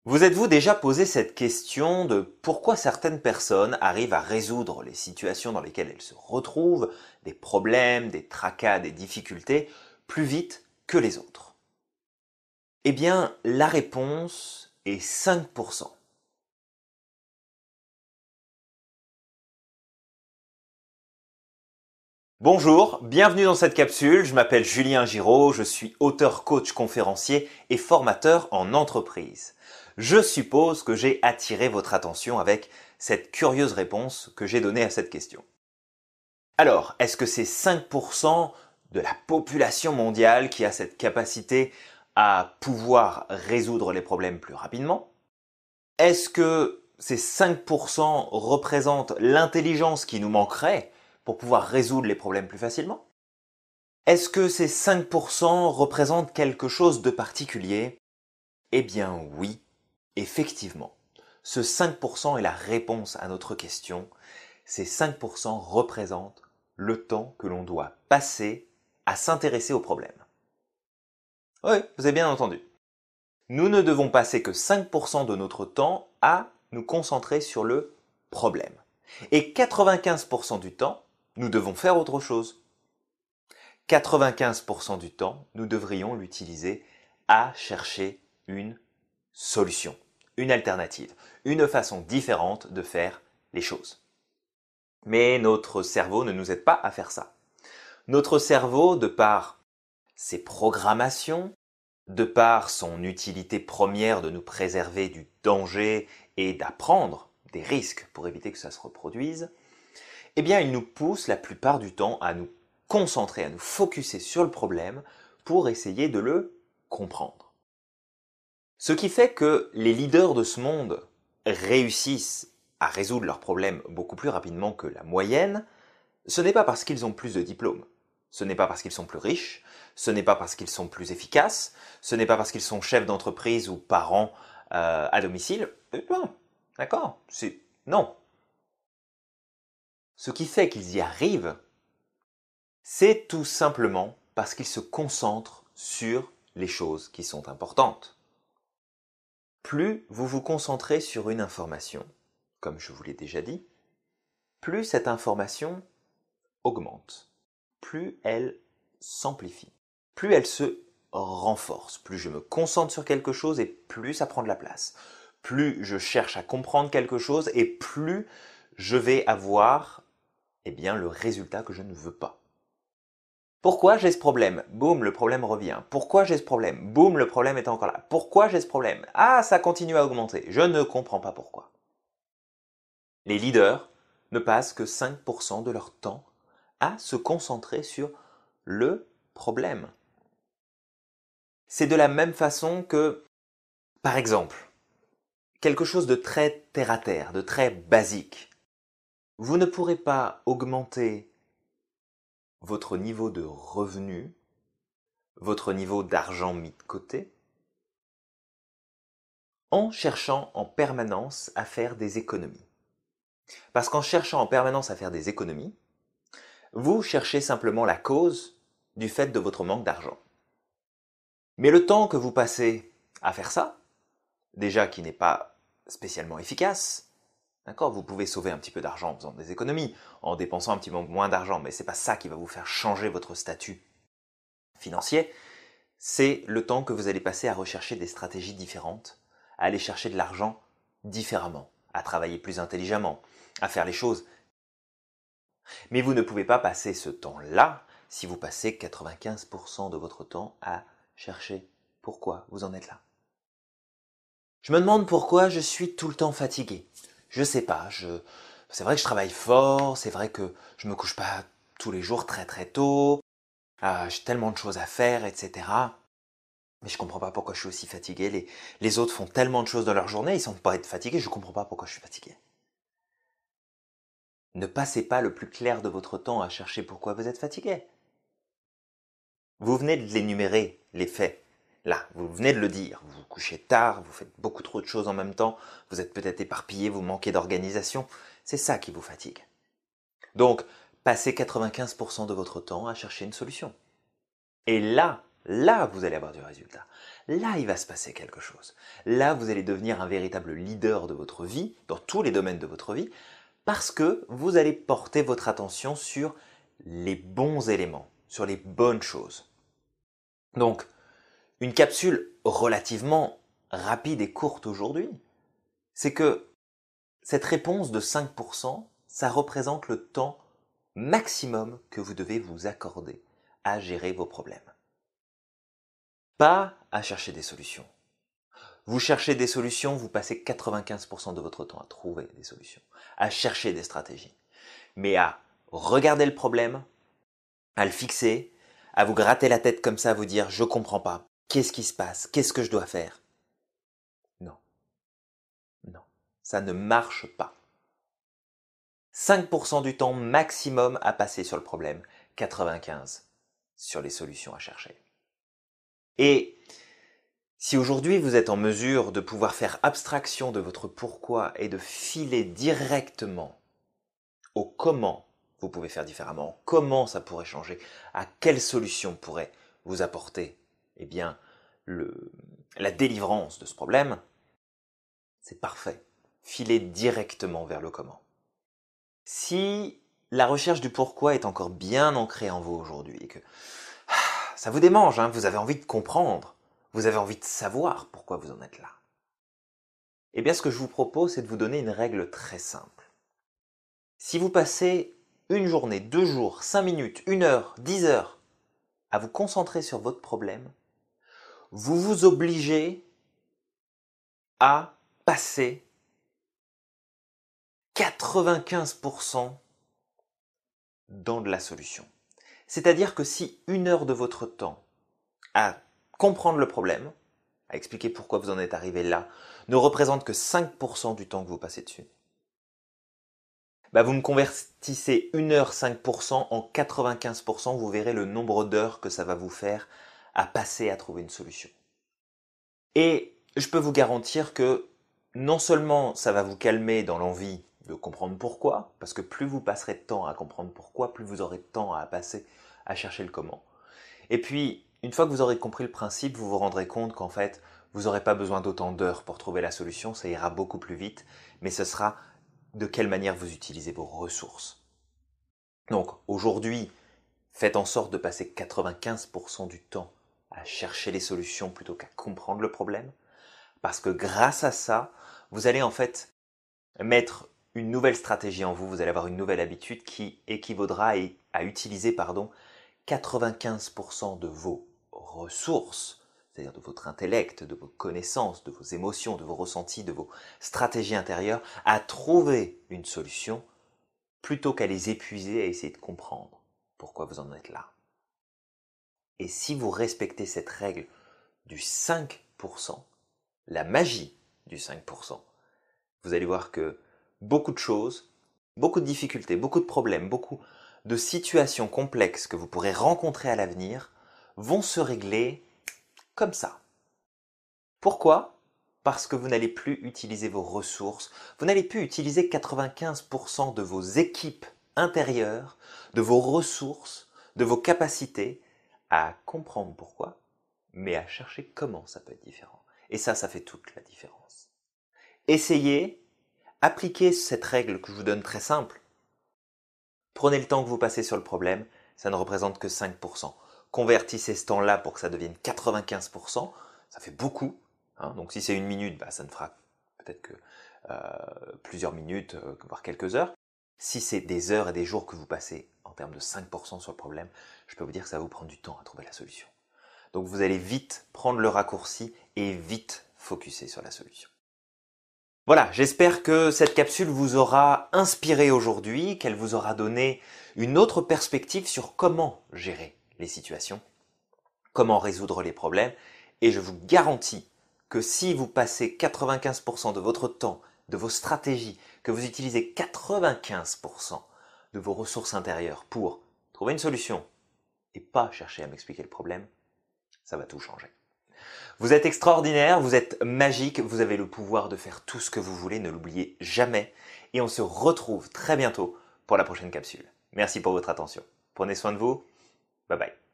Vous êtes-vous déjà posé cette question de pourquoi certaines personnes arrivent à résoudre les situations dans lesquelles elles se retrouvent, des problèmes, des tracas, des difficultés, plus vite que les autres? Eh bien, la réponse est 5%. Bonjour, bienvenue dans cette capsule, je m'appelle Julien Giraud, je suis auteur, coach, conférencier et formateur en entreprise. Je suppose que j'ai attiré votre attention avec cette curieuse réponse que j'ai donnée à cette question. Alors, est-ce que c'est 5% de la population mondiale qui a cette capacité à pouvoir résoudre les problèmes plus rapidement? Est-ce que ces 5% représentent l'intelligence qui nous manquerait pour pouvoir résoudre les problèmes plus facilement? Est-ce que ces 5% représentent quelque chose de particulier? Eh bien oui, effectivement. Ce 5% est la réponse à notre question. Ces 5% représentent le temps que l'on doit passer à s'intéresser au problème. Oui, vous avez bien entendu. Nous ne devons passer que 5% de notre temps à nous concentrer sur le problème. Et 95% du temps, nous devons faire autre chose. 95% du temps, nous devrions l'utiliser à chercher une solution, une alternative, une façon différente de faire les choses. Mais notre cerveau ne nous aide pas à faire ça. Notre cerveau, de par ses programmations, de par son utilité première de nous préserver du danger et d'apprendre des risques pour éviter que ça se reproduise, eh bien il nous pousse la plupart du temps à nous concentrer, à nous focuser sur le problème pour essayer de le comprendre. Ce qui fait que les leaders de ce monde réussissent à résoudre leurs problèmes beaucoup plus rapidement que la moyenne, ce n'est pas parce qu'ils ont plus de diplômes, ce n'est pas parce qu'ils sont plus riches, ce n'est pas parce qu'ils sont plus efficaces, ce n'est pas parce qu'ils sont chefs d'entreprise ou parents à domicile. Non, d'accord, non. Ce qui fait qu'ils y arrivent, c'est tout simplement parce qu'ils se concentrent sur les choses qui sont importantes. Plus vous vous concentrez sur une information, comme je vous l'ai déjà dit, plus cette information augmente, plus elle s'amplifie, plus elle se renforce. Plus je me concentre sur quelque chose et plus ça prend de la place. Plus je cherche à comprendre quelque chose et plus je vais avoir le résultat que je ne veux pas. Pourquoi j'ai ce problème? Boum, le problème revient. Pourquoi j'ai ce problème? Boum, le problème est encore là. Pourquoi j'ai ce problème? Ah, ça continue à augmenter. Je ne comprends pas pourquoi. Les leaders ne passent que 5% de leur temps à se concentrer sur le problème. C'est de la même façon que, par exemple, quelque chose de très terre-à-terre, de très basique. Vous ne pourrez pas augmenter votre niveau de revenu, votre niveau d'argent mis de côté, en cherchant en permanence à faire des économies. Parce qu'en cherchant en permanence à faire des économies, vous cherchez simplement la cause du fait de votre manque d'argent. Mais le temps que vous passez à faire ça, déjà qui n'est pas spécialement efficace, d'accord, vous pouvez sauver un petit peu d'argent en faisant des économies, en dépensant un petit peu moins d'argent, mais ce n'est pas ça qui va vous faire changer votre statut financier, c'est le temps que vous allez passer à rechercher des stratégies différentes, à aller chercher de l'argent différemment, à travailler plus intelligemment, à faire les choses. Mais vous ne pouvez pas passer ce temps-là si vous passez 95% de votre temps à chercher pourquoi vous en êtes là. Je me demande pourquoi je suis tout le temps fatigué. Je sais pas, c'est vrai que je travaille fort, c'est vrai que je me couche pas tous les jours très très tôt, j'ai tellement de choses à faire, etc. Mais je comprends pas pourquoi je suis aussi fatigué. Les autres font tellement de choses dans leur journée, ils semblent pas être fatigués, je comprends pas pourquoi je suis fatigué. Ne passez pas le plus clair de votre temps à chercher pourquoi vous êtes fatigué. Vous venez de l'énumérer, les faits. Là, vous venez de le dire. Vous vous couchez tard, vous faites beaucoup trop de choses en même temps, vous êtes peut-être éparpillé, vous manquez d'organisation. C'est ça qui vous fatigue. Donc, passez 95% de votre temps à chercher une solution. Et là, vous allez avoir du résultat. là il va se passer quelque chose. Là vous allez devenir un véritable leader de votre vie, dans tous les domaines de votre vie, parce que vous allez porter votre attention sur les bons éléments, sur les bonnes choses. Donc, une capsule relativement rapide et courte aujourd'hui, c'est que cette réponse de 5%, ça représente le temps maximum que vous devez vous accorder à gérer vos problèmes. Pas à chercher des solutions. Vous cherchez des solutions, vous passez 95% de votre temps à trouver des solutions, à chercher des stratégies. Mais à regarder le problème, à le fixer, à vous gratter la tête comme ça, à vous dire « je comprends pas, qu'est-ce qui se passe, qu'est-ce que je dois faire ?» Non, non, ça ne marche pas. 5% du temps maximum à passer sur le problème, 95% sur les solutions à chercher. Et si aujourd'hui vous êtes en mesure de pouvoir faire abstraction de votre pourquoi et de filer directement au comment vous pouvez faire différemment, comment ça pourrait changer, à quelle solution pourrait vous apporter eh bien, la délivrance de ce problème, c'est parfait. Filez directement vers le comment. Si la recherche du pourquoi est encore bien ancrée en vous aujourd'hui et que ça vous démange, hein, vous avez envie de comprendre, vous avez envie de savoir pourquoi vous en êtes là, eh bien ce que je vous propose, c'est de vous donner une règle très simple. Si vous passez une journée, 2 jours, 5 minutes, 1 heure, 10 heures à vous concentrer sur votre problème, vous vous obligez à passer 95% dans de la solution. C'est-à-dire que si 1 heure de votre temps à comprendre le problème, à expliquer pourquoi vous en êtes arrivé là, ne représente que 5% du temps que vous passez dessus, vous me convertissez 1 heure 5% en 95%, vous verrez le nombre d'heures que ça va vous faire à passer à trouver une solution. Et je peux vous garantir que non seulement ça va vous calmer dans l'envie de comprendre pourquoi, parce que plus vous passerez de temps à comprendre pourquoi, plus vous aurez de temps à passer à chercher le comment. Et puis, une fois que vous aurez compris le principe, vous vous rendrez compte qu'en fait, vous n'aurez pas besoin d'autant d'heures pour trouver la solution, ça ira beaucoup plus vite, mais ce sera de quelle manière vous utilisez vos ressources. Donc, aujourd'hui, faites en sorte de passer 95% du temps à chercher les solutions plutôt qu'à comprendre le problème, parce que grâce à ça, vous allez en fait mettre une nouvelle stratégie en vous, vous allez avoir une nouvelle habitude qui équivaudra à utiliser 95% de vos ressources, c'est-à-dire de votre intellect, de vos connaissances, de vos émotions, de vos ressentis, de vos stratégies intérieures, à trouver une solution plutôt qu'à les épuiser à essayer de comprendre pourquoi vous en êtes là. Et si vous respectez cette règle du 5%, la magie du 5%, vous allez voir que beaucoup de choses, beaucoup de difficultés, beaucoup de problèmes, beaucoup de situations complexes que vous pourrez rencontrer à l'avenir vont se régler comme ça. Pourquoi ? Parce que vous n'allez plus utiliser vos ressources, vous n'allez plus utiliser 95% de vos équipes intérieures, de vos ressources, de vos capacités à comprendre pourquoi, mais à chercher comment ça peut être différent. Et ça fait toute la différence. Essayez, appliquez cette règle que je vous donne très simple. Prenez le temps que vous passez sur le problème, ça ne représente que 5%. Convertissez ce temps-là pour que ça devienne 95%, ça fait beaucoup. Hein. Donc si c'est 1 minute, ça ne fera peut-être que plusieurs minutes, voire quelques heures. Si c'est des heures et des jours que vous passez en termes de 5% sur le problème, je peux vous dire que ça va vous prendre du temps à trouver la solution. Donc vous allez vite prendre le raccourci et vite focuser sur la solution. Voilà, j'espère que cette capsule vous aura inspiré aujourd'hui, qu'elle vous aura donné une autre perspective sur comment gérer les situations, comment résoudre les problèmes, et je vous garantis que si vous passez 95% de votre temps, de vos stratégies, que vous utilisez 95% de vos ressources intérieures pour trouver une solution et pas chercher à m'expliquer le problème, ça va tout changer. Vous êtes extraordinaire, vous êtes magique, vous avez le pouvoir de faire tout ce que vous voulez, ne l'oubliez jamais. Et on se retrouve très bientôt pour la prochaine capsule. Merci pour votre attention. Prenez soin de vous. Bye bye.